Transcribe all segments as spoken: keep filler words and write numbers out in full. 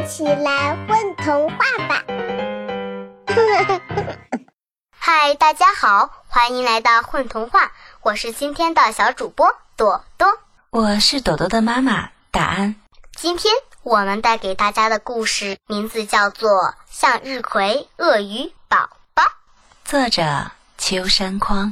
起来混童话吧！ 嗨，大家好，欢迎来到混童话，我是今天的小主播朵朵， 我是朵朵的妈妈大安。 今天我们带给大家的故事名字叫做《向日葵鳄鱼宝宝》， 作者秋山匡。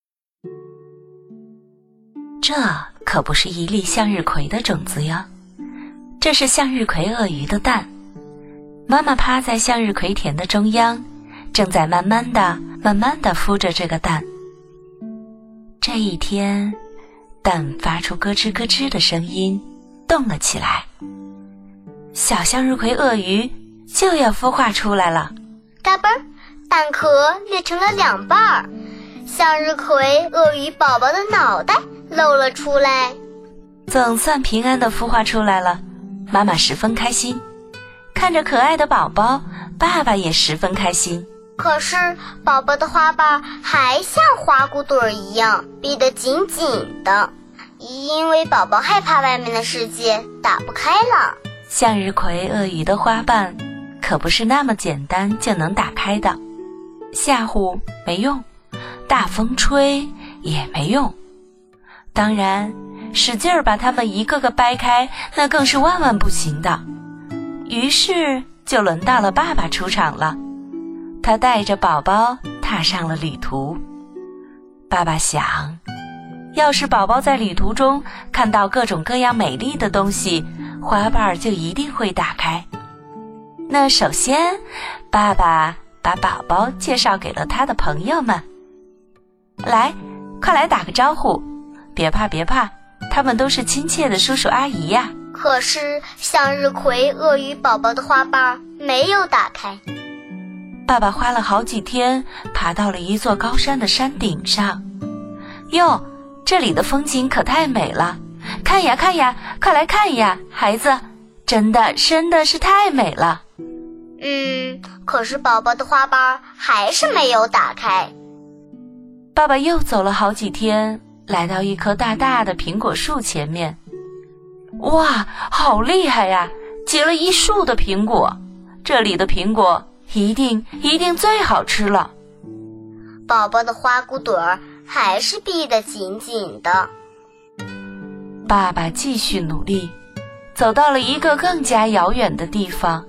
这可不是一粒向日葵的种子哟，这是向日葵鳄鱼的蛋。妈妈趴在向日葵田的中央，正在慢慢的、慢慢的孵着这个蛋。这一天，蛋发出咯吱咯吱的声音，动了起来。小向日葵鳄鱼就要孵化出来了， 嘎嘣，蛋壳裂成了两半儿，向日葵鳄鱼宝宝的脑袋露了出来。 总算平安地孵化出来了，妈妈十分开心。看着可爱的宝宝，爸爸也十分开心。 可是宝宝的花瓣还像花骨朵儿一样闭得紧紧的，因为宝宝害怕外面的世界打不开了。 向日葵鳄鱼的花瓣可不是那么简单就能打开的，吓唬没用，大风吹也没用，当然使劲儿把它们一个个掰开，那更是万万不行的。于是就轮到了爸爸出场了，他带着宝宝踏上了旅途。爸爸想，要是宝宝在旅途中看到各种各样美丽的东西，花瓣就一定会打开。那首先，爸爸把宝宝介绍给了他的朋友们。来，快来打个招呼，别怕别怕，他们都是亲切的叔叔阿姨呀。 可是向日葵鳄鱼宝宝的花瓣没有打开。 爸爸花了好几天爬到了一座高山的山顶上。哟，这里的风景可太美了，看呀看呀，快来看呀，孩子，真的真的是太美了。 嗯，可是宝宝的花瓣还是没有打开。 爸爸又走了好几天，来到一棵大大的苹果树前面。哇，好厉害呀，结了一树的苹果，这里的苹果一定一定最好吃了。 宝宝的花骨朵儿还是闭得紧紧的。 爸爸继续努力，走到了一个更加遥远的地方。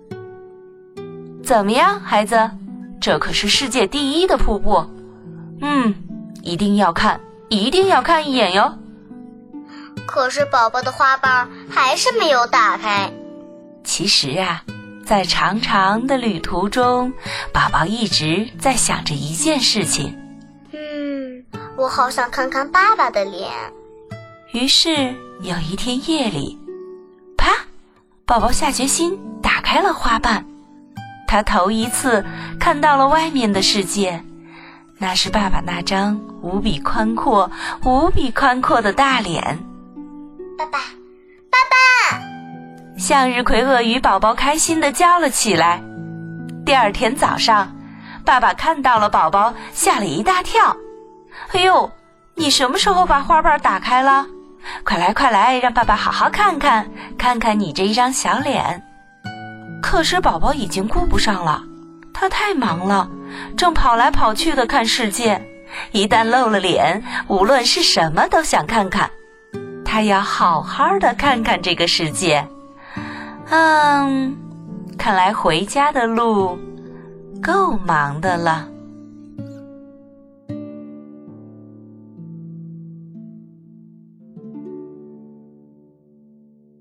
怎么样，孩子？这可是世界第一的瀑布。嗯，一定要看，一定要看一眼哟。 可是宝宝的花瓣还是没有打开。 其实啊，在长长的旅途中，宝宝一直在想着一件事情。 嗯，我好想看看爸爸的脸。 于是有一天夜里，啪，宝宝下决心打开了花瓣。他头一次看到了外面的世界，那是爸爸那张无比宽阔、无比宽阔的大脸。 爸爸，爸爸！ 向日葵鳄鱼宝宝开心地叫了起来。第二天早上，爸爸看到了宝宝，吓了一大跳。哎呦，你什么时候把花瓣打开了？快来快来，让爸爸好好看看，看看你这一张小脸。可是宝宝已经顾不上了，他太忙了，正跑来跑去的看世界，一旦露了脸，无论是什么都想看看。他要好好的看看这个世界。嗯，看来回家的路够忙的了。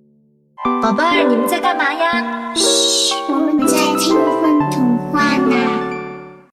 宝贝儿，你们在干嘛呀？ 嘘，我们在听混童话呢。